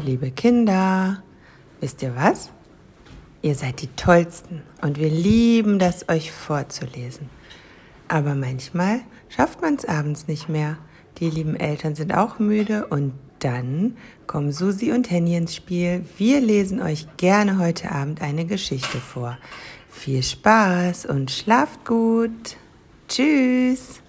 liebe Kinder, wisst ihr was? Ihr seid die Tollsten und wir lieben das, euch vorzulesen. Aber manchmal schafft man es abends nicht mehr. Die lieben Eltern sind auch müde und dann kommen Susi und Henny ins Spiel. Wir lesen euch gerne heute Abend eine Geschichte vor. Viel Spaß und schlaft gut. Tschüss.